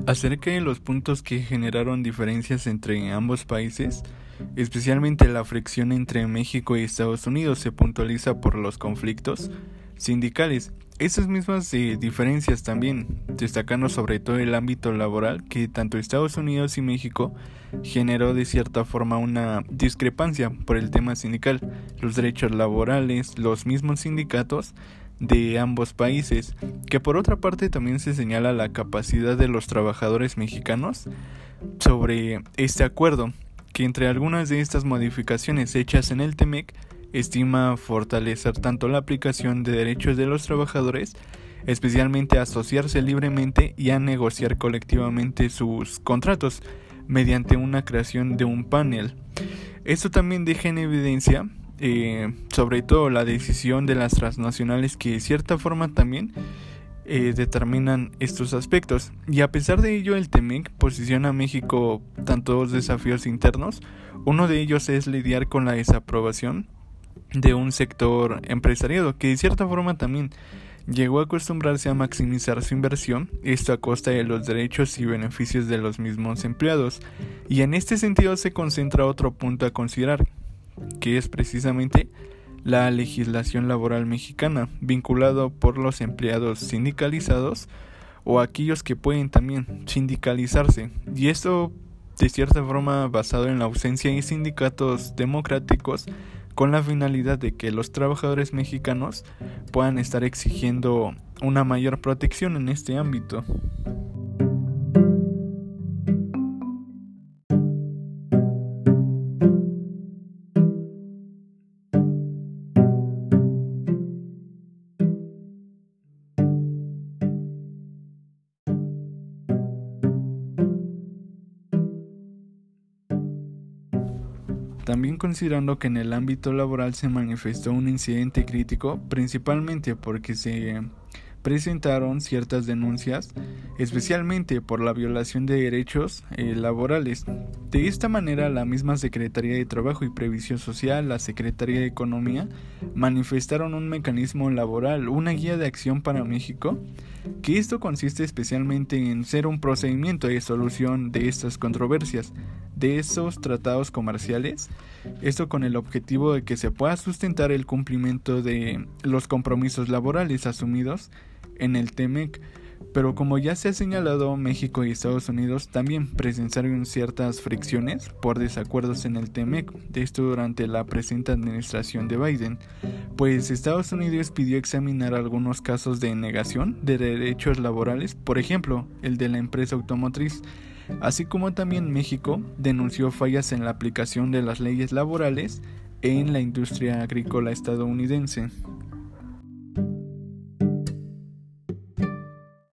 Acerca de los puntos que generaron diferencias entre ambos países, especialmente la fricción entre México y Estados Unidos se puntualiza por los conflictos sindicales. Esas mismas diferencias también, destacando sobre todo el ámbito laboral, que tanto Estados Unidos y México generó de cierta forma una discrepancia por el tema sindical, los derechos laborales, los mismos sindicatos de ambos países, que por otra parte también se señala la capacidad de los trabajadores mexicanos sobre este acuerdo, que entre algunas de estas modificaciones hechas en el TEMEC estima fortalecer tanto la aplicación de derechos de los trabajadores, especialmente a asociarse libremente y a negociar colectivamente sus contratos mediante una creación de un panel. Esto también deja en evidencia sobre todo la decisión de las transnacionales que de cierta forma también determinan estos aspectos, y a pesar de ello el TEMEC posiciona a México tanto dos desafíos internos. Uno de ellos es lidiar con la desaprobación de un sector empresariado que de cierta forma también llegó a acostumbrarse a maximizar su inversión, esto a costa de los derechos y beneficios de los mismos empleados, y en este sentido se concentra otro punto a considerar, que es precisamente la legislación laboral mexicana, vinculado por los empleados sindicalizados o aquellos que pueden también sindicalizarse, y esto de cierta forma basado en la ausencia de sindicatos democráticos, con la finalidad de que los trabajadores mexicanos puedan estar exigiendo una mayor protección en este ámbito. También considerando que en el ámbito laboral se manifestó un incidente crítico, principalmente porque se presentaron ciertas denuncias, especialmente por la violación de derechos laborales. De esta manera, la misma Secretaría de Trabajo y Previsión Social, la Secretaría de Economía, manifestaron un mecanismo laboral, una guía de acción para México, que esto consiste especialmente en ser un procedimiento de solución de estas controversias, de esos tratados comerciales, esto con el objetivo de que se pueda sustentar el cumplimiento de los compromisos laborales asumidos en el TEMEC. Pero como ya se ha señalado, México y Estados Unidos también presenciaron ciertas fricciones por desacuerdos en el TEMEC, de esto durante la presente administración de Biden, pues Estados Unidos pidió examinar algunos casos de negación de derechos laborales, por ejemplo, el de la empresa automotriz, así como también México denunció fallas en la aplicación de las leyes laborales en la industria agrícola estadounidense.